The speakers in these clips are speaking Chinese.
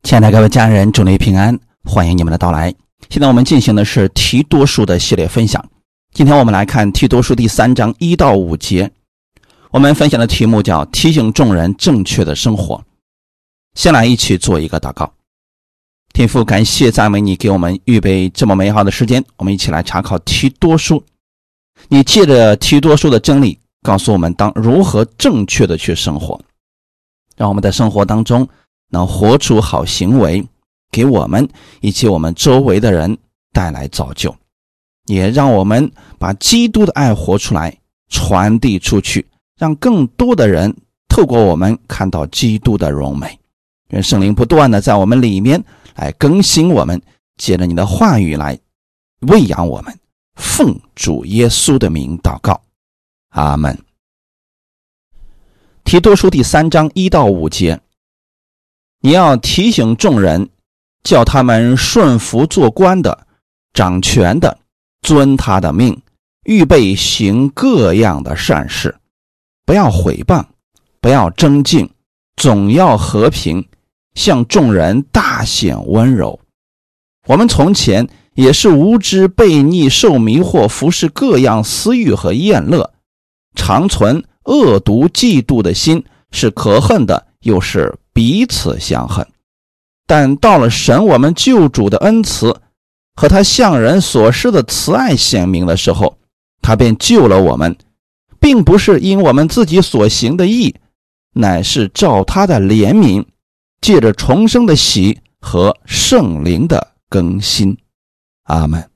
亲爱的各位家人，祝你平安，欢迎你们的到来。现在我们进行的是提多书的系列分享。今天我们来看提多书第3章1到5节。我们分享的题目叫提醒众人正确的生活。先来一起做一个祷告。天父，感谢赞美你给我们预备这么美好的时间，我们一起来查考提多书。你借着提多书的真理告诉我们当如何正确的去生活，让我们在生活当中能活出好行为，给我们以及我们周围的人带来造就，也让我们把基督的爱活出来，传递出去，让更多的人透过我们看到基督的荣美。愿圣灵不断的在我们里面来更新我们，借着你的话语来喂养我们。奉主耶稣的名祷告，阿们。提多书第3章1到5节，你要提醒众人，叫他们顺服做官的、掌权的，遵他的命，预备行各样的善事，不要毁谤，不要争竞，总要和平，向众人大显温柔。我们从前也是无知悖逆，受迷惑，服侍各样私欲和厌乐，常存恶毒嫉妒的心，是可恨的，又是彼此相恨。但到了神我们救主的恩慈和他向人所施的慈爱显明的时候，他便救了我们，并不是因我们自己所行的义，乃是照他的怜悯，借着重生的喜和圣灵的更新。阿们。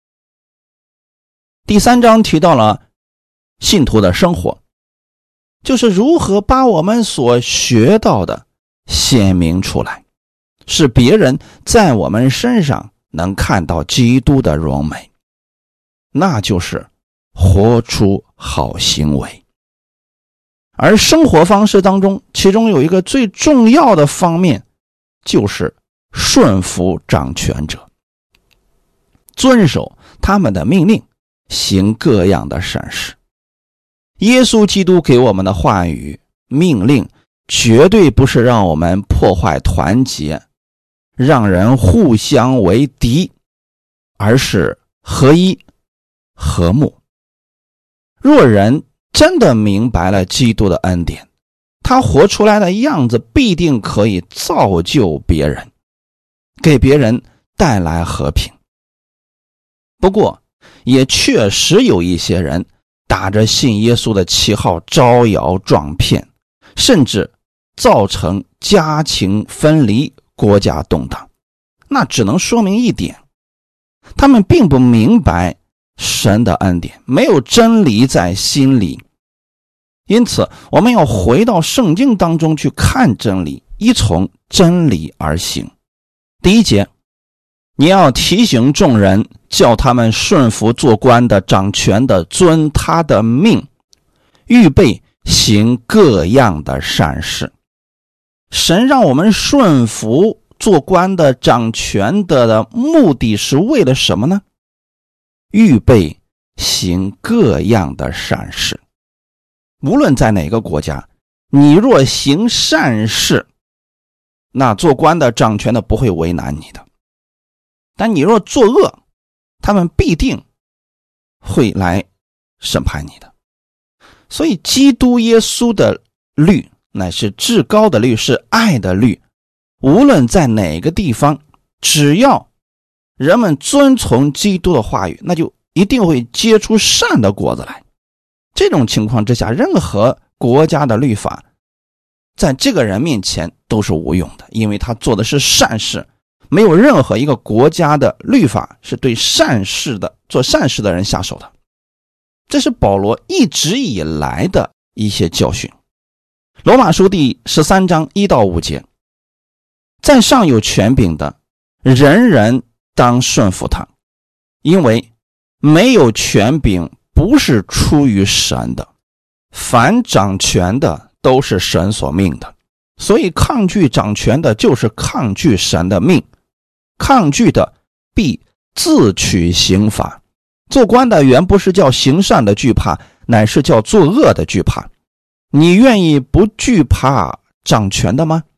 第3章提到了信徒的生活，就是如何把我们所学到的显明出来，使别人在我们身上能看到基督的荣美，那就是活出好行为。而生活方式当中，其中有一个最重要的方面，就是顺服掌权者，遵守他们的命令，行各样的善事。耶稣基督给我们的话语命令，绝对不是让我们破坏团结，让人互相为敌，而是合一和睦。若人真的明白了基督的恩典，他活出来的样子必定可以造就别人，给别人带来和平。不过也确实有一些人打着信耶稣的旗号招摇撞骗，甚至造成家庭分离，国家动荡。那只能说明一点，他们并不明白神的恩典，没有真理在心里。因此我们要回到圣经当中去看真理，依从真理而行。第1节，你要提醒众人，叫他们顺服做官的、掌权的，遵他的命，预备行各样的善事。神让我们顺服做官的、掌权的目的是为了什么呢？预备行各样的善事。无论在哪个国家，你若行善事，那做官的、掌权的不会为难你的。但你若作恶，他们必定会来审判你的。所以基督耶稣的律乃是至高的律，是爱的律。无论在哪个地方，只要人们遵从基督的话语，那就一定会结出善的果子来。这种情况之下，任何国家的律法在这个人面前都是无用的，因为他做的是善事。没有任何一个国家的律法是对做善事的人下手的。这是保罗一直以来的一些教训。罗马书第13章1到5节，在上有权柄的，人人当顺服他，因为没有权柄不是出于神的，凡掌权的都是神所命的，所以抗拒掌权的就是抗拒神的命，抗拒的必自取刑罚。做官的原不是叫行善的惧怕，乃是叫作恶的惧怕。你愿意不惧怕掌权的吗？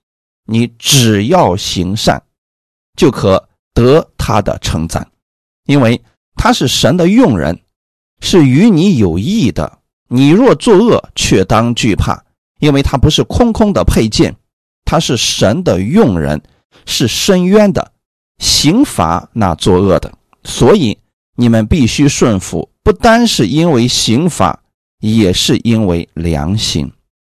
你只要行善，就可得他的称赞，因为他是神的用人，是与你有益的。你若作恶，却当惧怕，因为他不是空空的佩剑，他是神的用人，是伸冤的，刑罚那作恶的。所以你们必须顺服，不单是因为刑罚，也是因为良心。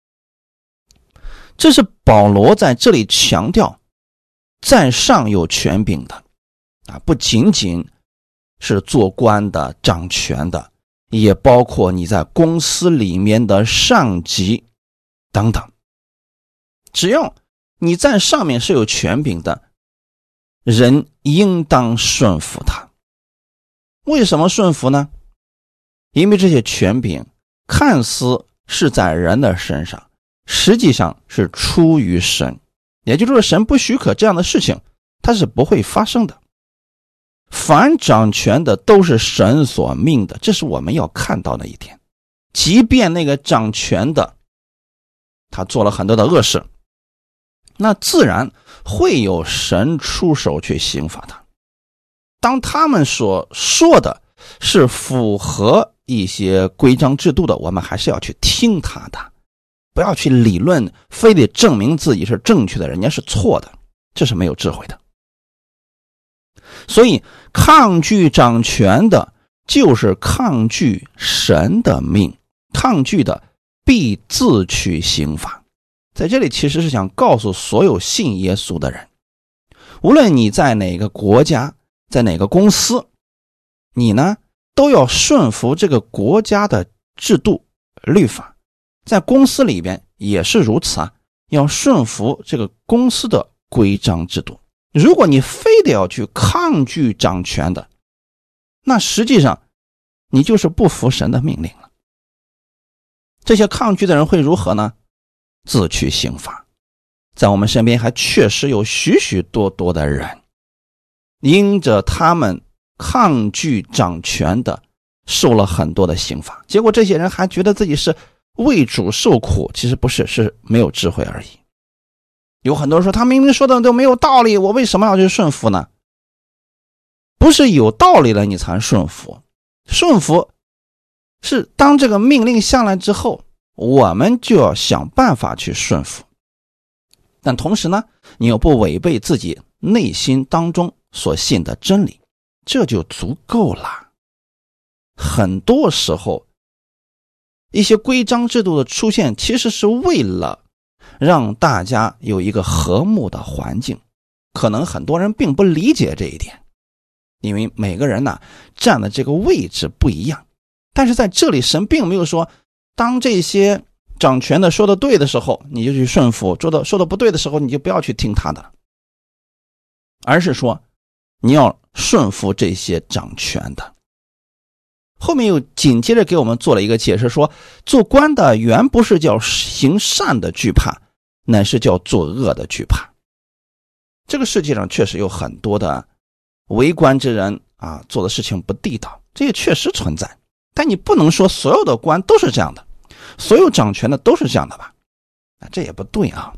这是保罗在这里强调在上有权柄的不仅仅是做官的、掌权的，也包括你在公司里面的上级等等。只要你在上面是有权柄的，人应当顺服他。为什么顺服呢？因为这些权柄看似是在人的身上，实际上是出于神，也就是说神不许可这样的事情，它是不会发生的。凡掌权的都是神所命的，这是我们要看到的一点。即便那个掌权的他做了很多的恶事，那自然会有神出手去刑罚他。当他们所说的是符合一些规章制度的，我们还是要去听他的，不要去理论，非得证明自己是正确的，人家是错的，这是没有智慧的。所以抗拒掌权的就是抗拒神的命，抗拒的必自取刑罚。在这里其实是想告诉所有信耶稣的人，无论你在哪个国家，在哪个公司，你呢都要顺服这个国家的制度律法。在公司里边也是如此要顺服这个公司的规章制度。如果你非得要去抗拒掌权的，那实际上你就是不服神的命令了。这些抗拒的人会如何呢？自取刑罚。在我们身边还确实有许许多多的人，因着他们抗拒掌权的，受了很多的刑罚，结果这些人还觉得自己是为主受苦，其实不是，是没有智慧而已。有很多人说他明明说的都没有道理，我为什么要去顺服呢？不是有道理了你才顺服，顺服是当这个命令下来之后，我们就要想办法去顺服。但同时呢，你又不违背自己内心当中所信的真理，这就足够了。很多时候一些规章制度的出现，其实是为了让大家有一个和睦的环境。可能很多人并不理解这一点，因为每个人呢站的这个位置不一样。但是在这里神并没有说当这些掌权的说的对的时候你就去顺服，说的不对的时候你就不要去听他的，而是说你要顺服这些掌权的。后面又紧接着给我们做了一个解释，说做官的原不是叫行善的惧怕，乃是叫作恶的惧怕。这个世界上确实有很多的为官之人做的事情不地道，这也确实存在。但你不能说所有的官都是这样的，所有掌权的都是这样的吧？这也不对啊。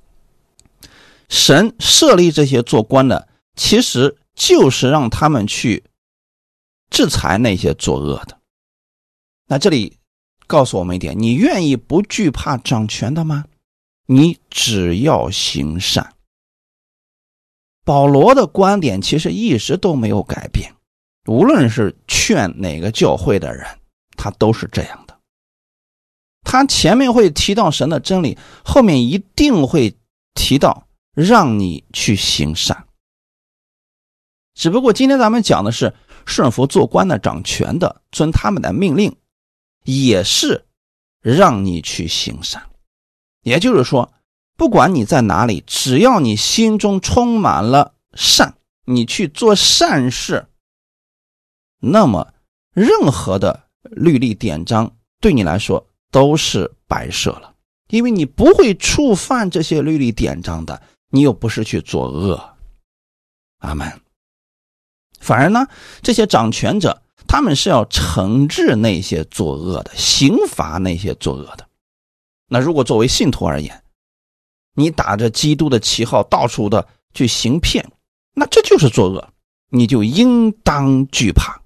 神设立这些做官的，其实就是让他们去制裁那些作恶的。那这里告诉我们一点，你愿意不惧怕掌权的吗？你只要行善。保罗的观点其实一直都没有改变，无论是劝哪个教会的人，他都是这样的。他前面会提到神的真理，后面一定会提到让你去行善。只不过今天咱们讲的是顺服做官的掌权的，遵他们的命令，也是让你去行善。也就是说，不管你在哪里，只要你心中充满了善，你去做善事，那么任何的律例典章对你来说都是白设了，因为你不会触犯这些律例典章的，你又不是去作恶。阿们。反而呢，这些掌权者他们是要惩治那些作恶的，刑罚那些作恶的。那如果作为信徒而言， 你打着基督的旗号到处的去行骗，那这就是作恶，你就应当惧怕。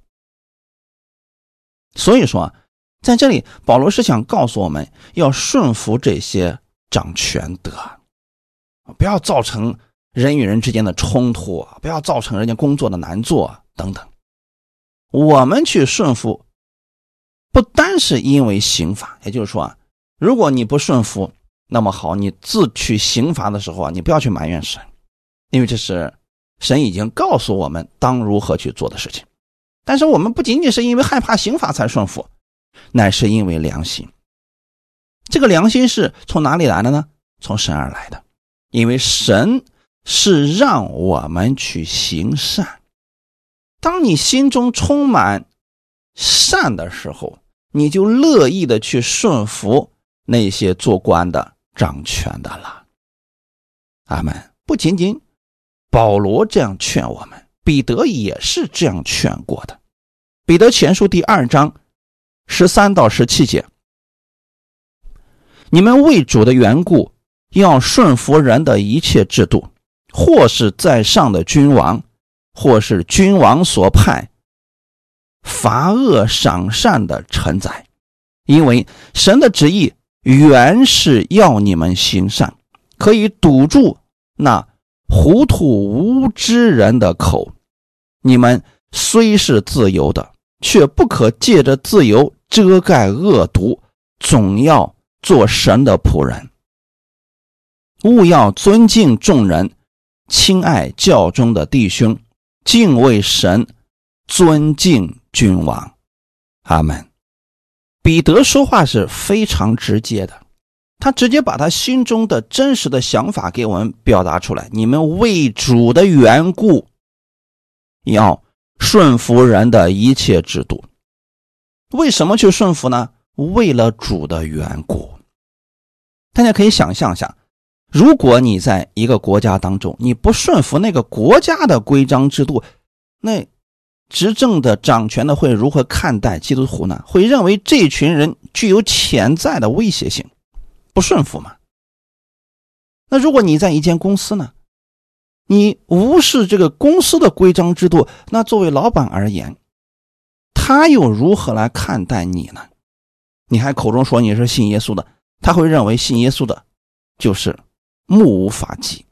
所以说在这里保罗是想告诉我们要顺服这些掌权的，不要造成人与人之间的冲突，不要造成人家工作的难做等等。我们去顺服不单是因为刑罚，也就是说如果你不顺服，那么好，你自取刑罚的时候你不要去埋怨神，因为这是神已经告诉我们当如何去做的事情。但是我们不仅仅是因为害怕刑罚才顺服，乃是因为良心。这个良心是从哪里来的呢？从神而来的，因为神是让我们去行善。当你心中充满善的时候，你就乐意的去顺服那些做官的掌权的了。阿们。不仅仅保罗这样劝我们，彼得也是这样劝过的。彼得前书第2章13到17节，你们为主的缘故要顺服人的一切制度，或是在上的君王，或是君王所派罚恶赏善的臣宰，因为神的旨意原是要你们行善，可以堵住那糊涂无知人的口。你们虽是自由的，却不可借着自由遮盖恶毒，总要做神的仆人。务要尊敬众人，亲爱教中的弟兄，敬畏神，尊敬君王。阿们。彼得说话是非常直接的，他直接把他心中的真实的想法给我们表达出来。你们为主的缘故要顺服人的一切制度。为什么去顺服呢？为了主的缘故。大家可以想象一下，如果你在一个国家当中，你不顺服那个国家的规章制度，那执政的掌权的会如何看待基督徒呢？会认为这群人具有潜在的威胁性，不顺服嘛。那如果你在一间公司呢，你无视这个公司的规章制度，那作为老板而言，他又如何来看待你呢？你还口中说你是信耶稣的，他会认为信耶稣的就是目无法纪。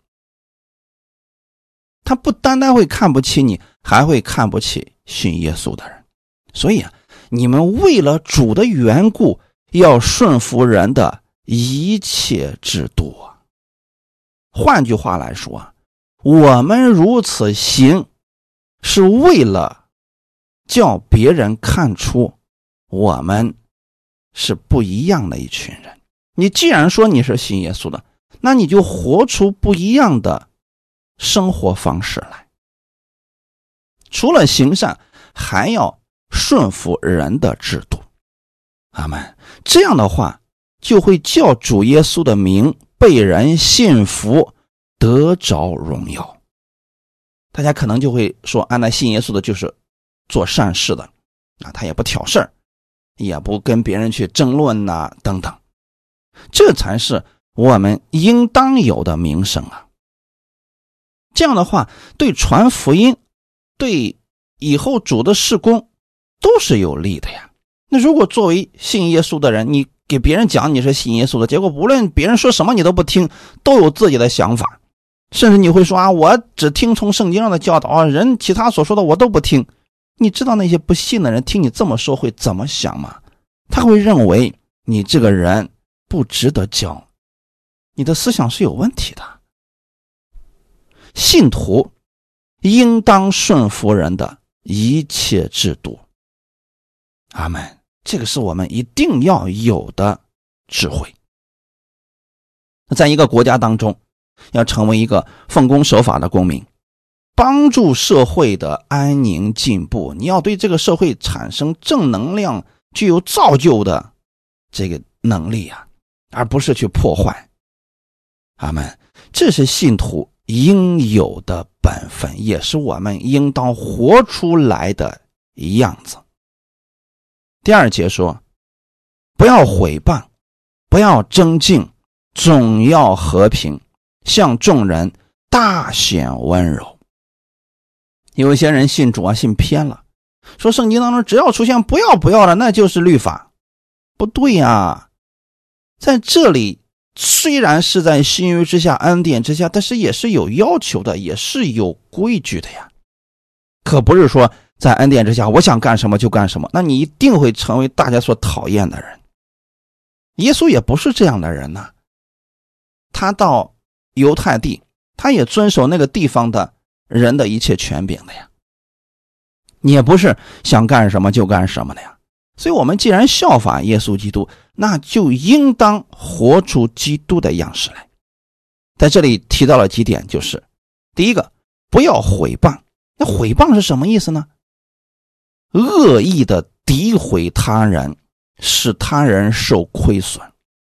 他不单单会看不起你，还会看不起信耶稣的人。所以你们为了主的缘故要顺服人的一切制度。换句话来说，我们如此行是为了叫别人看出我们是不一样的一群人。你既然说你是信耶稣的，那你就活出不一样的生活方式来。除了行善，还要顺服人的制度。阿们。这样的话就会叫主耶稣的名被人信服，得着荣耀。大家可能就会说，那信耶稣的就是做善事的，他也不挑事儿，也不跟别人去争论等等，这才是我们应当有的名声啊。这样的话对传福音，对以后主的事工都是有利的呀。那如果作为信耶稣的人，你给别人讲你是信耶稣的，结果无论别人说什么你都不听，都有自己的想法，甚至你会说我只听从圣经上的教导，人其他所说的我都不听。你知道那些不信的人听你这么说会怎么想吗？他会认为你这个人不值得教，你的思想是有问题的。信徒应当顺服人的一切制度。阿们。这个是我们一定要有的智慧。在一个国家当中，要成为一个奉公守法的公民，帮助社会的安宁进步，你要对这个社会产生正能量，具有造就的这个能力啊，而不是去破坏。阿们。这是信徒应有的本分，也是我们应当活出来的样子。第2节说，不要毁谤，不要争竞， 总要和平，向众人大显温柔。有一些人信主信偏了，说圣经当中只要出现不要不要的，那就是律法。不对啊，在这里虽然是在新约之下恩典之下，但是也是有要求的，也是有规矩的呀。可不是说在恩典之下我想干什么就干什么，那你一定会成为大家所讨厌的人。耶稣也不是这样的人呐，他到犹太地，他也遵守那个地方的人的一切权柄的呀，你也不是想干什么就干什么的呀。所以我们既然效法耶稣基督，那就应当活出基督的样式来。在这里提到了几点，就是第一个，不要毁谤。那毁谤是什么意思呢？恶意的诋毁他人，使他人受亏损。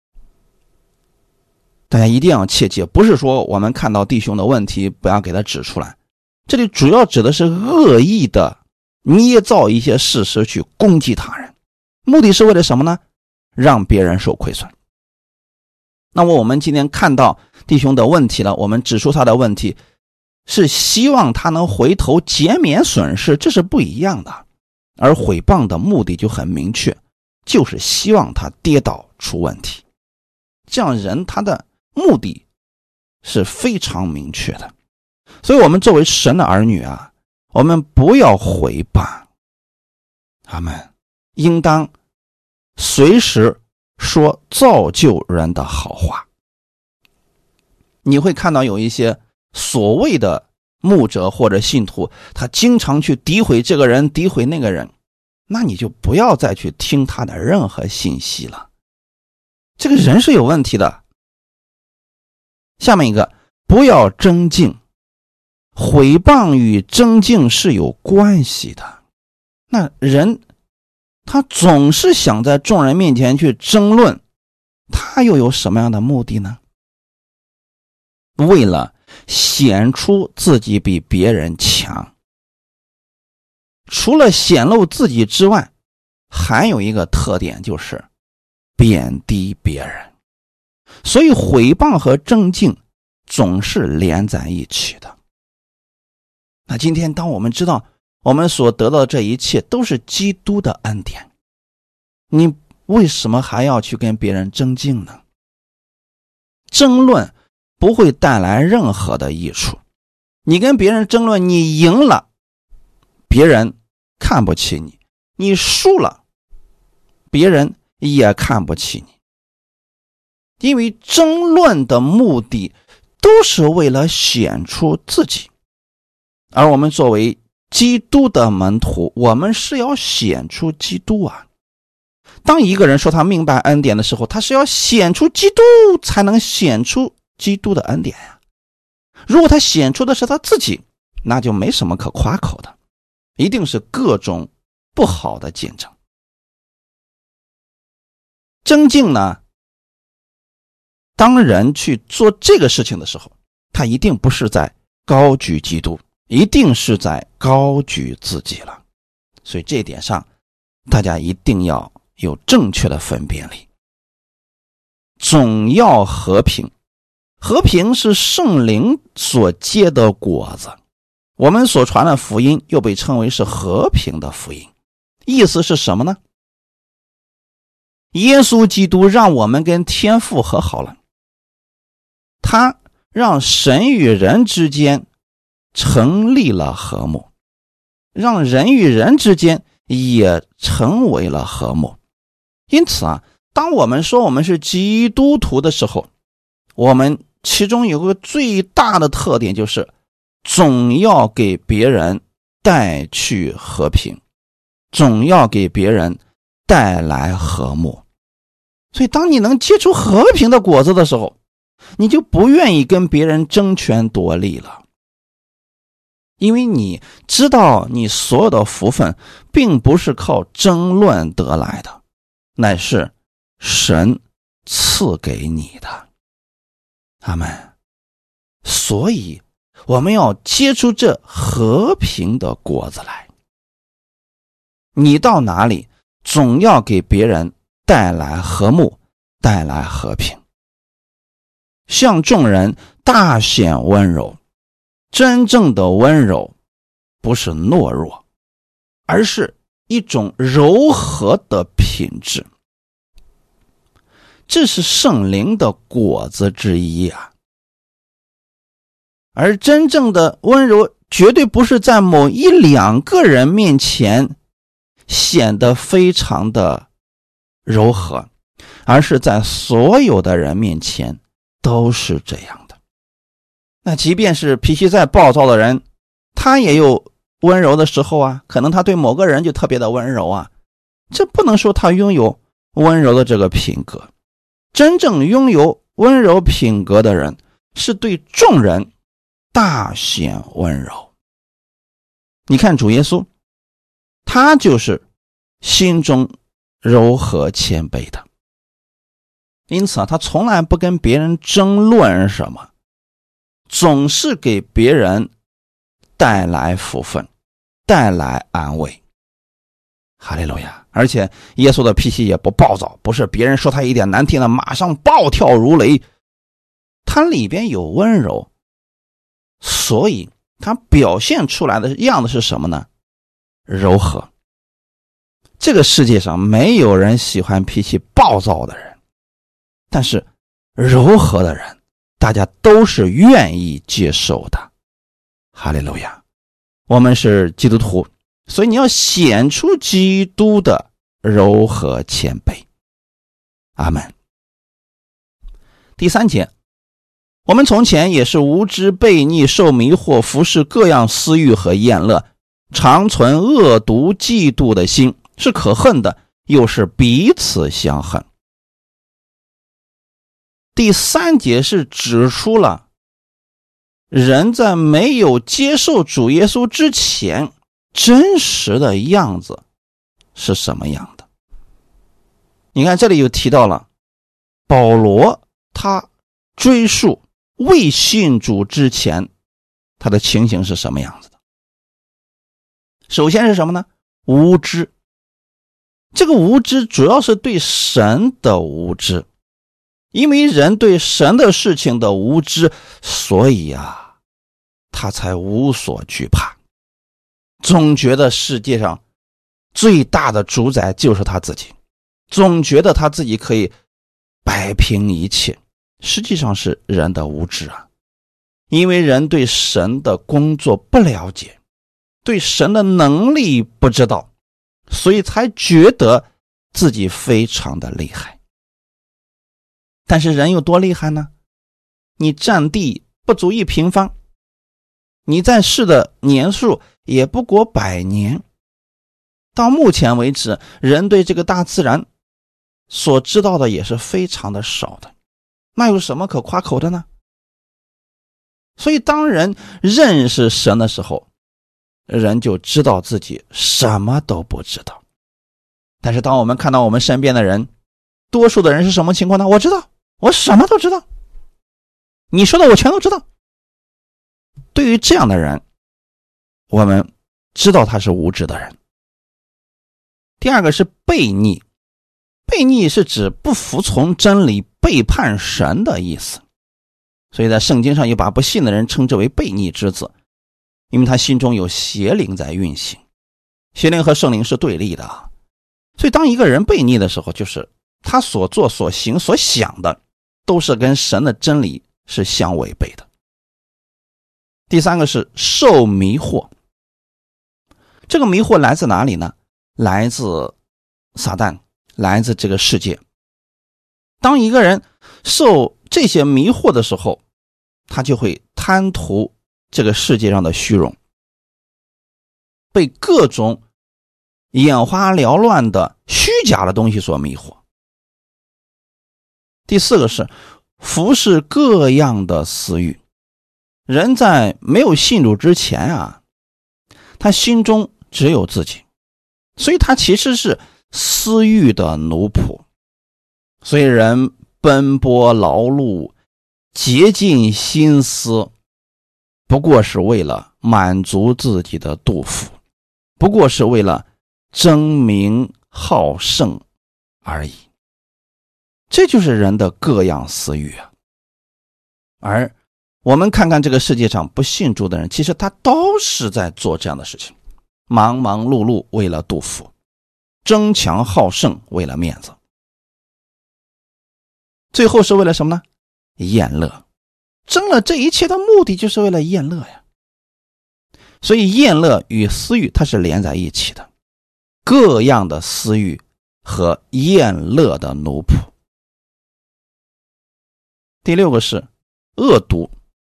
大家一定要切记，不是说我们看到弟兄的问题不要给他指出来，这里主要指的是恶意的捏造一些事实去攻击他人，目的是为了什么呢？让别人受亏损。那么我们今天看到弟兄的问题了，我们指出他的问题，是希望他能回头减免损失，这是不一样的。而毁谤的目的就很明确，就是希望他跌倒出问题。这样人他的目的是非常明确的。所以我们作为神的儿女啊，我们不要毁谤，阿们，应当随时说造就人的好话。你会看到有一些所谓的牧者或者信徒，他经常去诋毁这个人，诋毁那个人，那你就不要再去听他的任何信息了。这个人是有问题的。下面一个，不要争竞。毁谤与争竞是有关系的。那人他总是想在众人面前去争论，他又有什么样的目的呢？为了显出自己比别人强。除了显露自己之外，还有一个特点，就是贬低别人。所以毁谤和争竞总是连在一起的。那今天当我们知道我们所得到的这一切都是基督的恩典，你为什么还要去跟别人争竞呢？争论不会带来任何的益处。你跟别人争论，你赢了，别人看不起你；你输了，别人也看不起你。因为争论的目的都是为了显出自己，而我们作为基督的门徒，我们是要显出基督啊。当一个人说他明白恩典的时候，他是要显出基督才能显出基督的恩典呀。如果他显出的是他自己，那就没什么可夸口的，一定是各种不好的见证。争竞呢，当人去做这个事情的时候，他一定不是在高举基督，一定是在高举自己了。所以这一点上大家一定要有正确的分辨力。总要和平，和平是圣灵所结的果子。我们所传的福音又被称为是和平的福音，意思是什么呢？耶稣基督让我们跟天父和好了，他让神与人之间成立了和睦，让人与人之间也成为了和睦。因此啊，当我们说我们是基督徒的时候，我们其中有个最大的特点，就是总要给别人带去和平，总要给别人带来和睦。所以当你能结出和平的果子的时候，你就不愿意跟别人争权夺利了。因为你知道你所有的福分并不是靠争论得来的，乃是神赐给你的。阿们。所以我们要结出这和平的果子来。你到哪里总要给别人带来和睦，带来和平。 向众人大显温柔。真正的温柔不是懦弱，而是一种柔和的品质。这是圣灵的果子之一啊。而真正的温柔绝对不是在某一两个人面前显得非常的柔和，而是在所有的人面前都是这样的。那即便是脾气再暴躁的人，他也有温柔的时候啊，可能他对某个人就特别的温柔啊，这不能说他拥有温柔的这个品格。真正拥有温柔品格的人，是对众人大显温柔。你看主耶稣，他就是心中柔和谦卑的，因此他从来不跟别人争论什么，总是给别人带来福分，带来安慰。哈利路亚！而且耶稣的脾气也不暴躁，不是别人说他一点难听的马上暴跳如雷，他里边有温柔，所以他表现出来的样子是什么呢？柔和。这个世界上没有人喜欢脾气暴躁的人，但是柔和的人大家都是愿意接受的。哈利路亚！我们是基督徒，所以你要显出基督的柔和谦卑。阿们。第3节，我们从前也是无知悖逆，受迷惑，服侍各样私欲和厌乐，常存恶毒嫉妒的心，是可恨的，又是彼此相恨。第3节是指出了人在没有接受主耶稣之前真实的样子是什么样的。你看这里又提到了保罗，他追溯未信主之前他的情形是什么样子的。首先是什么呢？无知。这个无知主要是对神的无知，因为人对神的事情的无知，所以啊，他才无所惧怕，总觉得世界上最大的主宰就是他自己，总觉得他自己可以摆平一切。实际上是人的无知啊，因为人对神的工作不了解，对神的能力不知道，所以才觉得自己非常的厉害。但是人有多厉害呢？你占地不足1平方，你在世的年数也不过100年。到目前为止，人对这个大自然所知道的也是非常的少的，那有什么可夸口的呢？所以当人认识神的时候，人就知道自己什么都不知道。但是当我们看到我们身边的人，多数的人是什么情况呢？我知道，我什么都知道，你说的我全都知道。对于这样的人，我们知道他是无知的人。第2个是悖逆。悖逆是指不服从真理，背叛神的意思。所以在圣经上也把不信的人称之为悖逆之子，因为他心中有邪灵在运行。邪灵和圣灵是对立的啊。所以当一个人悖逆的时候，就是他所做所行所想的都是跟神的真理是相违背的。第3个是受迷惑。这个迷惑来自哪里呢？来自撒旦，来自这个世界。当一个人受这些迷惑的时候，他就会贪图这个世界上的虚荣，被各种眼花缭乱的虚假的东西所迷惑。第4个是服侍各样的私欲。人在没有信主之前啊，他心中只有自己，所以他其实是私欲的奴仆。所以人奔波劳碌，竭尽心思，不过是为了满足自己的肚腹，不过是为了争名好胜而已。这就是人的各样私欲啊。 而我们看看这个世界上不信主的人，其实他都是在做这样的事情，忙忙碌碌为了杜甫，争强好胜为了面子，最后是为了什么呢？宴乐。争了这一切的目的就是为了宴乐呀。所以宴乐与私欲它是连在一起的，各样的私欲和宴乐的奴仆。第六个是恶毒。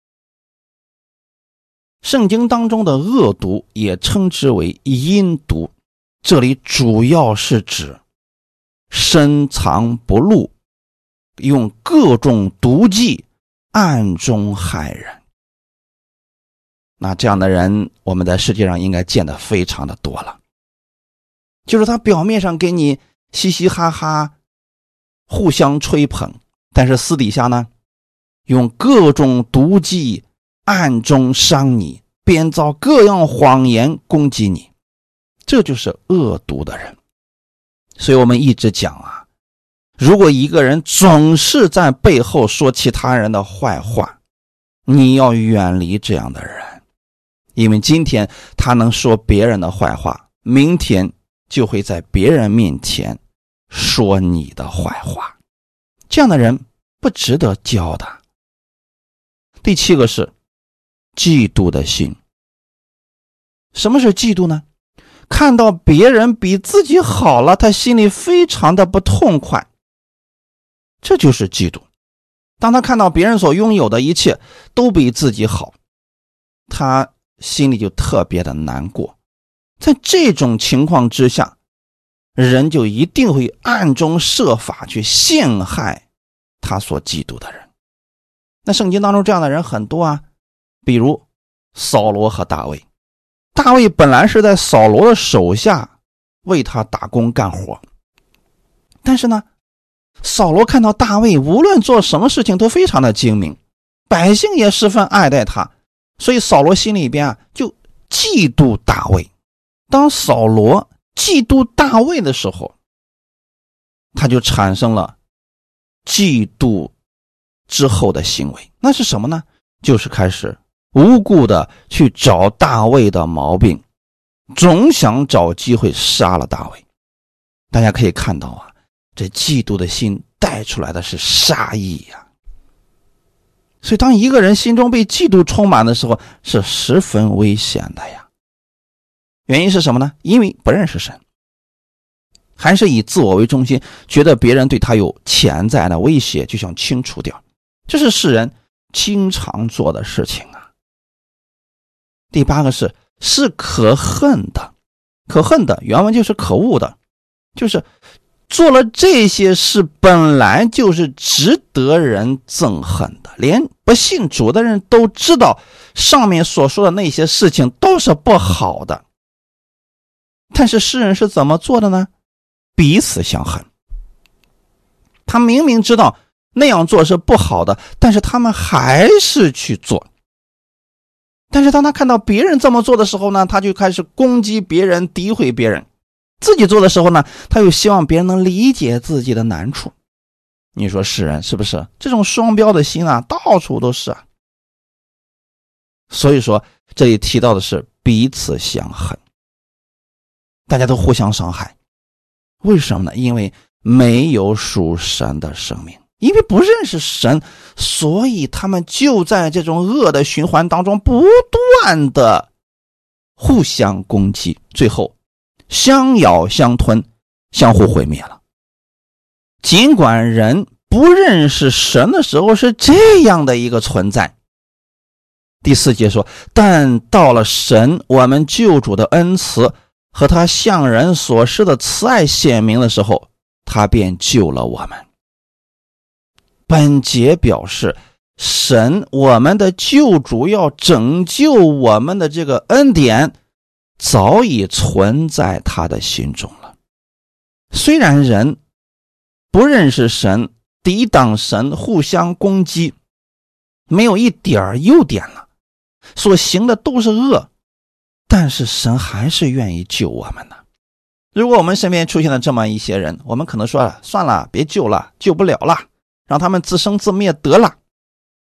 圣经当中的恶毒也称之为阴毒，这里主要是指深藏不露，用各种毒计暗中害人。那这样的人我们在世界上应该见得非常的多了，就是他表面上给你嘻嘻哈哈互相吹捧，但是私底下呢用各种毒计暗中伤你，编造各样谎言攻击你，这就是恶毒的人。所以我们一直讲啊，如果一个人总是在背后说其他人的坏话，你要远离这样的人，因为今天他能说别人的坏话，明天就会在别人面前说你的坏话，这样的人不值得交的。第七个是嫉妒的心。什么是嫉妒呢？看到别人比自己好了，他心里非常的不痛快，这就是嫉妒。当他看到别人所拥有的一切都比自己好，他心里就特别的难过。在这种情况之下，人就一定会暗中设法去陷害他所嫉妒的人。那圣经当中这样的人很多啊，比如扫罗和大卫。大卫本来是在扫罗的手下为他打工干活，但是呢，扫罗看到大卫无论做什么事情都非常的精明，百姓也十分爱戴他，所以扫罗心里边就嫉妒大卫。当扫罗嫉妒大卫的时候，他就产生了嫉妒之后的行为。那是什么呢？就是开始无故的去找大卫的毛病，总想找机会杀了大卫。大家可以看到啊，这嫉妒的心带出来的是杀意呀。所以当一个人心中被嫉妒充满的时候，是十分危险的呀。原因是什么呢？因为不认识神，还是以自我为中心，觉得别人对他有潜在的威胁，就想清除掉。这是世人经常做的事情啊。第八个是可恨的。可恨的原文就是可恶的，就是做了这些事本来就是值得人憎恨的，连不信主的人都知道上面所说的那些事情都是不好的，但是世人是怎么做的呢？彼此相恨。他明明知道那样做是不好的，但是他们还是去做。但是当他看到别人这么做的时候呢，他就开始攻击别人，诋毁别人。自己做的时候呢，他又希望别人能理解自己的难处。你说世人是不是这种双标的心啊，到处都是啊。所以说这里提到的是彼此相恨，大家都互相伤害。为什么呢？因为没有属神的生命，因为不认识神，所以他们就在这种恶的循环当中不断的互相攻击，最后相咬相吞，相互毁灭了。尽管人不认识神的时候是这样的一个存在，第4节说，但到了神我们救主的恩慈和他向人所施的慈爱显明的时候，他便救了我们。本节表示神我们的救主要拯救我们的这个恩典早已存在他的心中了。虽然人不认识神，抵挡神，互相攻击，没有一点优点了，所行的都是恶，但是神还是愿意救我们的。如果我们身边出现了这么一些人，我们可能说算了，别救了，救不了了，让他们自生自灭得了。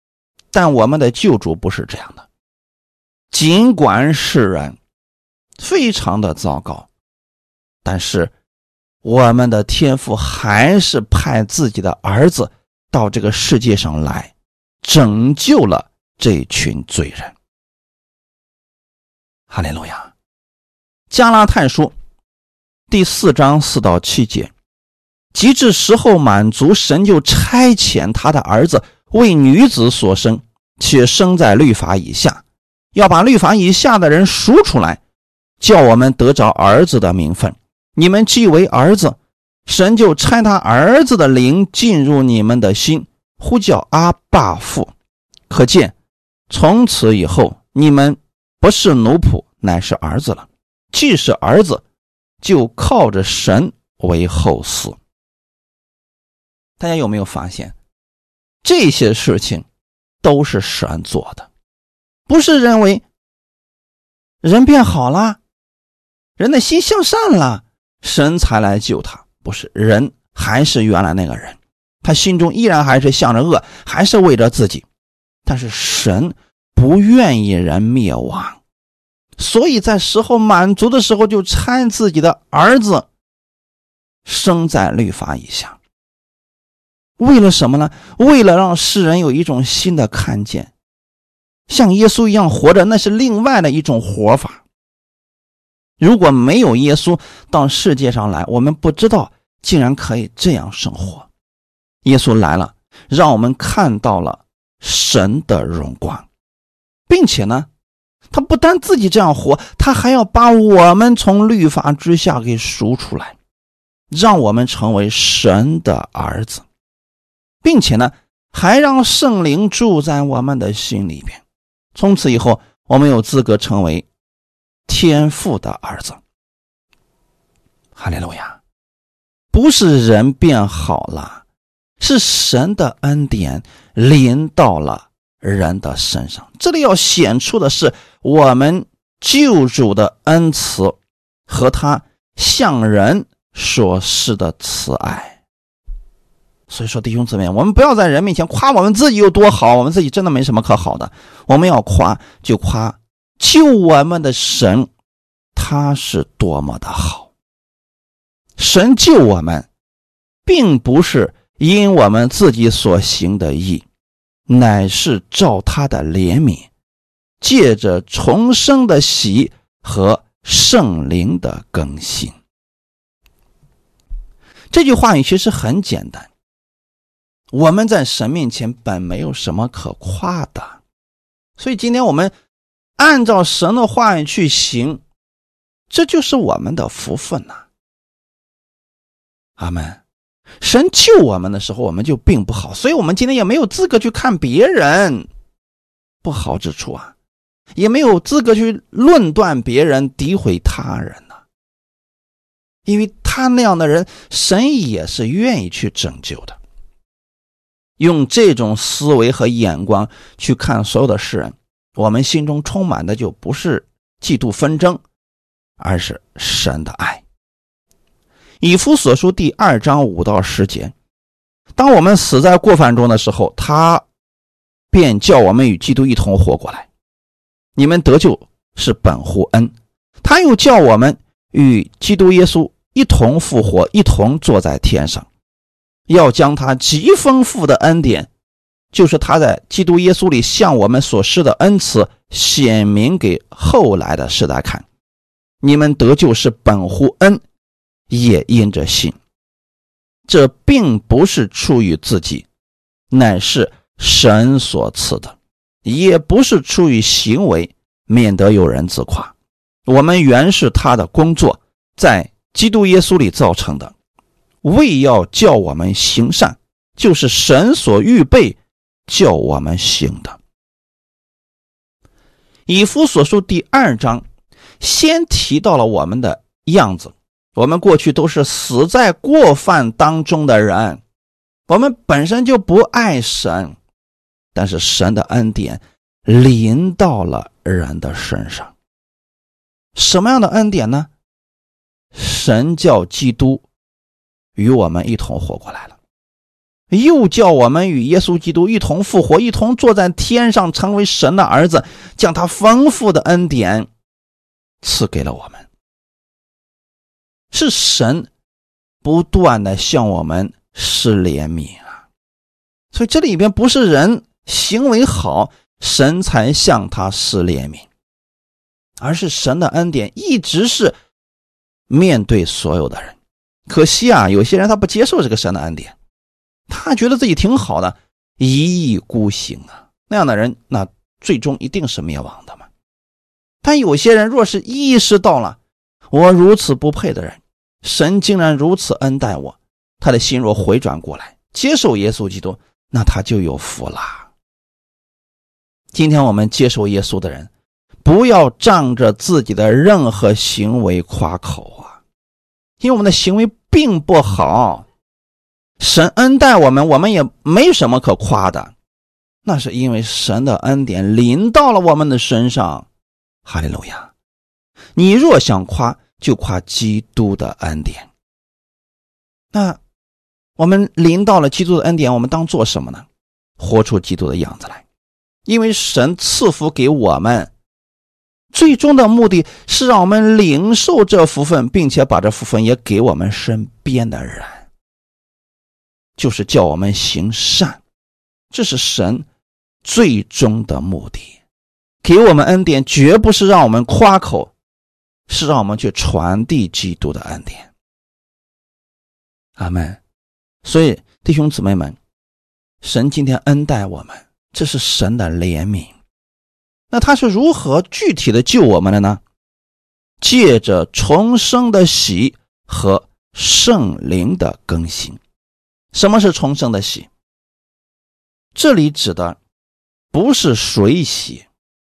但我们的救主不是这样的。尽管世人非常的糟糕，但是我们的天父还是派自己的儿子到这个世界上来，拯救了这群罪人。哈利路亚。加拉太书第4章4到7节，及至时候满足，神就差遣他的儿子为女子所生，且生在律法以下，要把律法以下的人赎出来，叫我们得着儿子的名分。你们既为儿子，神就差他儿子的灵进入你们的心，呼叫阿爸父。可见从此以后，你们不是奴仆，乃是儿子了。既是儿子，就靠着神为后嗣。大家有没有发现，这些事情都是神做的？不是认为人变好了，人的心向善了，神才来救他。不是，人还是原来那个人，他心中依然还是向着恶，还是为着自己。但是神不愿意人灭亡，所以在时候满足的时候，就差自己的儿子生在律法以下。为了什么呢？为了让世人有一种新的看见，像耶稣一样活着，那是另外的一种活法。如果没有耶稣到世界上来，我们不知道竟然可以这样生活。耶稣来了，让我们看到了神的荣光，并且呢，他不但自己这样活，他还要把我们从律法之下给赎出来，让我们成为神的儿子，并且呢，还让圣灵住在我们的心里边。从此以后，我们有资格成为天父的儿子。哈利路亚。不是人变好了，是神的恩典临到了人的身上。这里要显出的是我们救主的恩慈和他向人所示的慈爱。所以说弟兄姊妹，我们不要在人面前夸我们自己有多好，我们自己真的没什么可好的。我们要夸就夸救我们的神，他是多么的好。神救我们并不是因我们自己所行的义，乃是照他的怜悯，借着重生的喜和圣灵的更新。这句话语其实很简单，我们在神面前本没有什么可夸的，所以今天我们按照神的话语去行，这就是我们的福分呐。阿们。神救我们的时候，我们就并不好，所以我们今天也没有资格去看别人不好之处啊，也没有资格去论断别人，诋毁他人啊。因为他那样的人，神也是愿意去拯救的。用这种思维和眼光去看所有的世人，我们心中充满的就不是嫉妒纷争，而是神的爱。以弗所书第2章5到10节，当我们死在过犯中的时候，他便叫我们与基督一同活过来。你们得救是本乎恩，他又叫我们与基督耶稣一同复活，一同坐在天上，要将他极丰富的恩典，就是他在基督耶稣里向我们所施的恩慈，显明给后来的世代看。你们得救是本乎恩，也因着信。这并不是出于自己，乃是神所赐的，也不是出于行为，免得有人自夸。我们原是他的工作，在基督耶稣里造成的，为要叫我们行善，就是神所预备叫我们行的。以弗所书第2章先提到了我们的样子，我们过去都是死在过犯当中的人，我们本身就不爱神，但是神的恩典临到了人的身上。什么样的恩典呢？神叫基督与我们一同活过来了， 又叫我们与耶稣基督一同复活，一同坐在天上，成为神的儿子，将他丰富的恩典赐给了我们。是神不断的向我们施怜悯啊！所以这里边不是人行为好，神才向他施怜悯，而是神的恩典一直是面对所有的人。可惜啊，有些人他不接受这个神的恩典，他觉得自己挺好的，一意孤行啊，那样的人那最终一定是灭亡的嘛。但有些人若是意识到了我如此不配的人，神竟然如此恩待我，他的心若回转过来接受耶稣基督，那他就有福了。今天我们接受耶稣的人，不要仗着自己的任何行为夸口啊，因为我们的行为并不好，神恩待我们，我们也没什么可夸的，那是因为神的恩典临到了我们的身上。哈利路亚！你若想夸，就夸基督的恩典。那我们临到了基督的恩典，我们当做什么呢？活出基督的样子来。因为神赐福给我们，最终的目的是让我们领受这福分，并且把这福分也给我们身边的人，就是叫我们行善。这是神最终的目的。给我们恩典绝不是让我们夸口，是让我们去传递基督的恩典。阿们。所以弟兄姊妹们，神今天恩待我们，这是神的怜悯。那他是如何具体的救我们的呢？借着重生的洗和圣灵的更新。什么是重生的洗？这里指的不是水洗，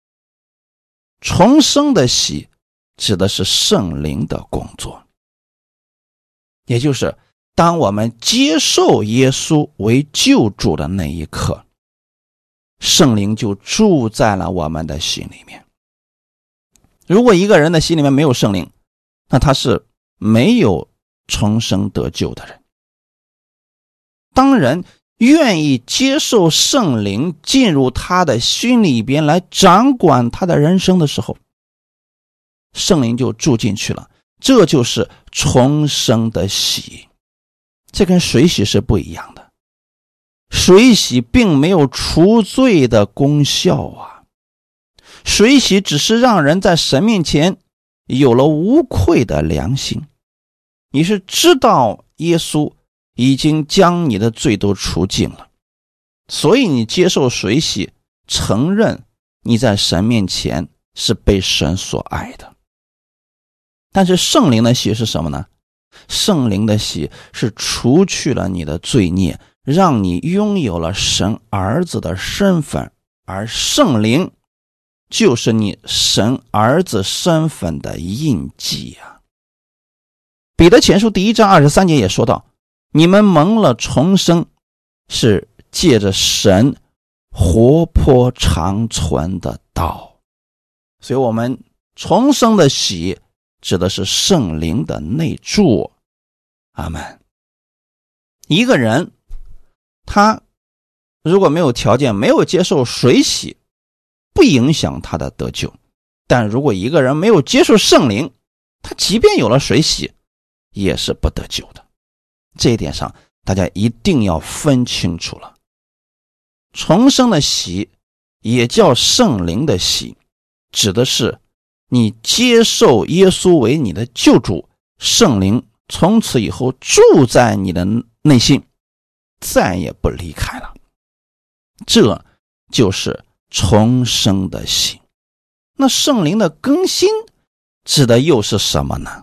重生的洗指的是圣灵的工作。也就是当我们接受耶稣为救主的那一刻，圣灵就住在了我们的心里面。如果一个人的心里面没有圣灵，那他是没有重生得救的人。当人愿意接受圣灵进入他的心里边来掌管他的人生的时候，圣灵就住进去了，这就是重生的洗。这跟水洗是不一样的，水洗并没有除罪的功效啊，水洗只是让人在神面前有了无愧的良心。你是知道耶稣已经将你的罪都除尽了，所以你接受水洗，承认你在神面前是被神所爱的。但是圣灵的洗是什么呢？圣灵的洗是除去了你的罪孽，让你拥有了神儿子的身份，而圣灵就是你神儿子身份的印记啊。彼得前书1章23节也说到，你们蒙了重生，是借着神活泼长存的道。所以我们重生的洗指的是圣灵的内住。阿们。一个人他如果没有条件，没有接受水洗，不影响他的得救。但如果一个人没有接受圣灵，他即便有了水洗也是不得救的。这一点上大家一定要分清楚了。重生的洗也叫圣灵的洗，指的是你接受耶稣为你的救主，圣灵从此以后住在你的内心，再也不离开了。这就是重生的洗。那圣灵的更新指的又是什么呢？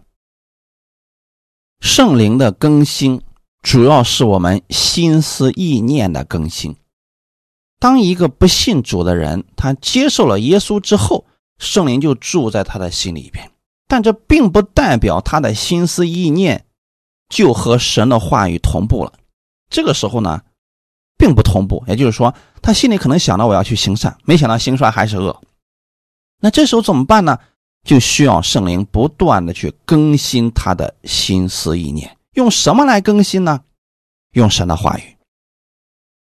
圣灵的更新主要是我们心思意念的更新。当一个不信主的人，他接受了耶稣之后，圣灵就住在他的心里边，但这并不代表他的心思意念就和神的话语同步了。这个时候呢并不同步，也就是说他心里可能想到我要去行善，没想到行出来还是恶。那这时候怎么办呢？就需要圣灵不断的去更新他的心思意念。用什么来更新呢？用神的话语。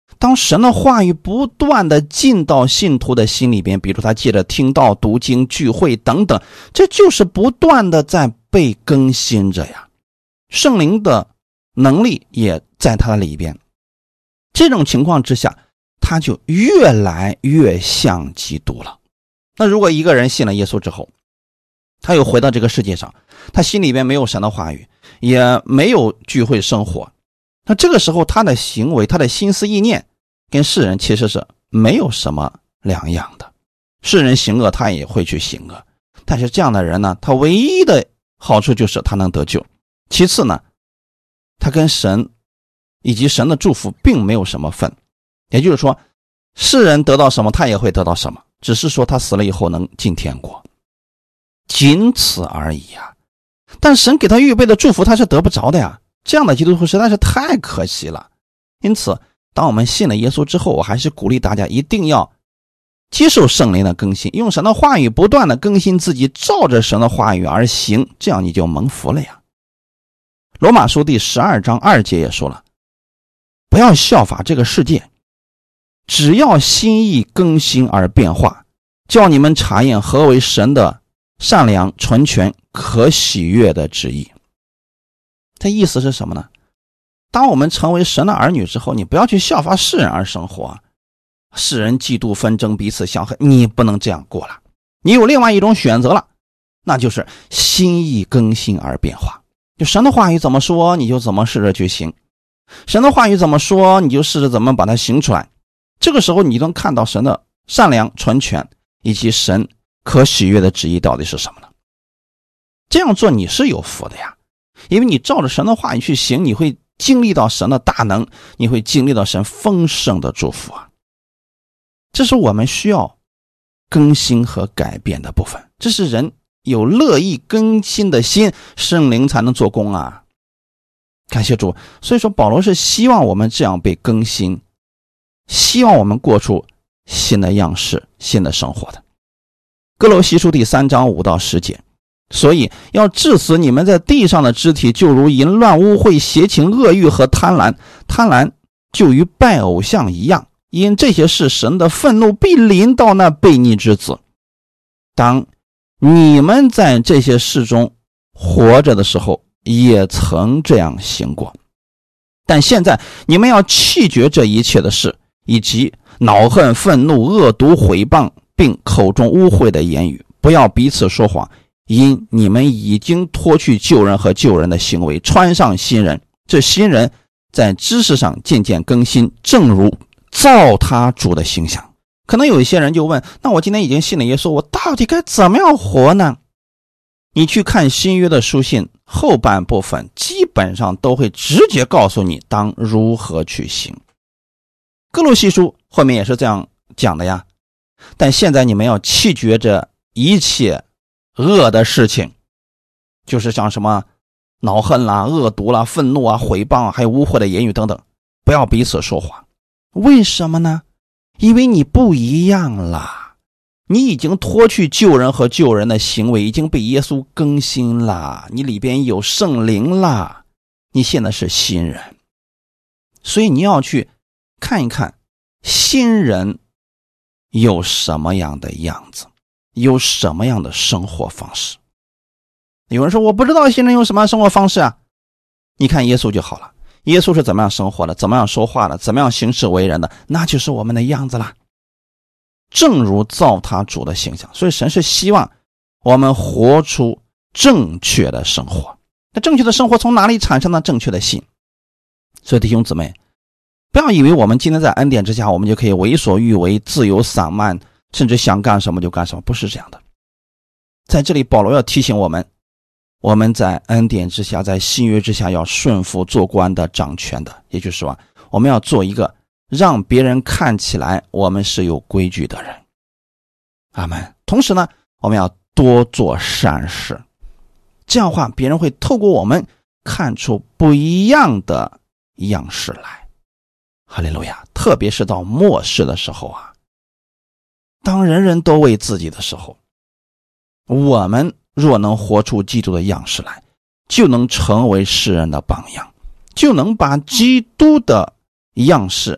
当神的话语不断的进到信徒的心里边，比如他借着听道、读经、聚会等等，这就是不断的在被更新着呀。圣灵的能力也在他的里边，这种情况之下，他就越来越像基督了。那如果一个人信了耶稣之后，他又回到这个世界上，他心里边没有神的话语，也没有聚会生活，那这个时候他的行为，他的心思意念跟世人其实是没有什么两样的。世人行恶他也会去行恶，但是这样的人呢，他唯一的好处就是他能得救，其次呢，他跟神以及神的祝福并没有什么分。也就是说，世人得到什么他也会得到什么，只是说他死了以后能进天国，仅此而已啊。但神给他预备的祝福他是得不着的呀，这样的基督徒实在是太可惜了。因此当我们信了耶稣之后，我还是鼓励大家一定要接受圣灵的更新，用神的话语不断的更新自己，照着神的话语而行，这样你就蒙福了呀。罗马书第12章2节也说了，不要效法这个世界，只要心意更新而变化，叫你们查验何为神的善良、纯全、可喜悦的旨意。这意思是什么呢？当我们成为神的儿女之后，你不要去效法世人而生活，世人嫉妒纷争，彼此相恨，你不能这样过了。你有另外一种选择了，那就是心意更新而变化。就神的话语怎么说，你就怎么试着去行；神的话语怎么说，你就试着怎么把它行出来。这个时候你能看到神的善良、纯全，以及神可喜悦的旨意到底是什么呢？这样做你是有福的呀，因为你照着神的话语去行，你会经历到神的大能，你会经历到神丰盛的祝福啊。这是我们需要更新和改变的部分，这是人有乐意更新的心，圣灵才能做工啊。感谢主。所以说保罗是希望我们这样被更新，希望我们过出新的样式、新的生活的。哥罗西书第3章5到10节，所以要治死你们在地上的肢体，就如淫乱、污秽、邪情、恶欲和贪婪，贪婪就与拜偶像一样，因这些事神的愤怒必临到那悖逆之子。当你们在这些事中活着的时候，也曾这样行过，但现在你们要弃绝这一切的事，以及恼恨、愤怒、恶毒、毁谤，并口中污秽的言语，不要彼此说谎，因你们已经脱去旧人和旧人的行为，穿上新人。这新人在知识上渐渐更新，正如造他主的形象。可能有一些人就问，那我今天已经信了耶稣，我到底该怎么样活呢？你去看新约的书信后半部分，基本上都会直接告诉你当如何去行。哥罗西书后面也是这样讲的呀。但现在你们要弃绝这一切恶的事情，就是像什么恼恨啦、恶毒啦、愤怒啊、毁谤啊，还有污秽的言语等等，不要彼此说谎。为什么呢？因为你不一样了，你已经脱去旧人和旧人的行为，已经被耶稣更新了，你里边有圣灵了，你现在是新人。所以你要去看一看新人有什么样的样子，有什么样的生活方式。有人说我不知道新人有什么样的生活方式啊，你看耶稣就好了，耶稣是怎么样生活的，怎么样说话的，怎么样行事为人的，那就是我们的样子啦，正如造他主的形象。所以神是希望我们活出正确的生活。那正确的生活从哪里产生呢？正确的心。所以弟兄姊妹，不要以为我们今天在恩典之下，我们就可以为所欲为、自由散漫，甚至想干什么就干什么，不是这样的。在这里保罗要提醒我们，我们在恩典之下，在新约之下要顺服做官的、掌权的，也就是说我们要做一个让别人看起来我们是有规矩的人。阿们。同时呢，我们要多做善事，这样的话别人会透过我们看出不一样的样式来。哈利路亚。特别是到末世的时候啊，当人人都为自己的时候，我们若能活出基督的样式来，就能成为世人的榜样，就能把基督的样式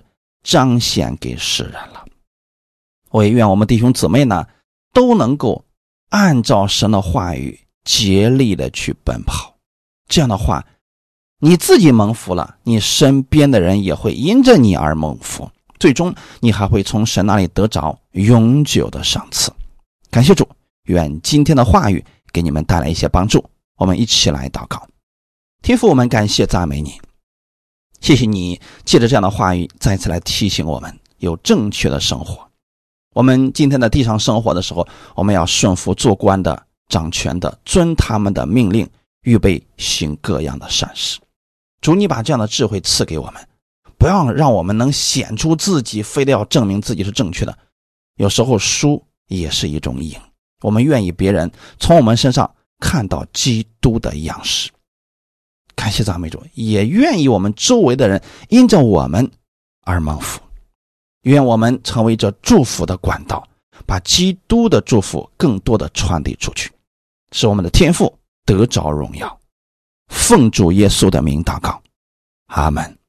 彰显给世人了。我也愿我们弟兄姊妹呢，都能够按照神的话语竭力的去奔跑。这样的话，你自己蒙福了，你身边的人也会因着你而蒙福，最终你还会从神那里得着永久的赏赐。感谢主，愿今天的话语给你们带来一些帮助。我们一起来祷告。天父，我们感谢赞美你，谢谢你借着这样的话语再次来提醒我们有正确的生活。我们今天在地上生活的时候，我们要顺服做官的、掌权的，遵他们的命令，预备行各样的善事。主，你把这样的智慧赐给我们，不要让我们能显出自己，非得要证明自己是正确的。有时候输也是一种赢，我们愿意别人从我们身上看到基督的样式。感谢赞美主，也愿意我们周围的人因着我们而蒙福。愿我们成为这祝福的管道，把基督的祝福更多的传递出去，使我们的天父得着荣耀。奉主耶稣的名祷告，阿们。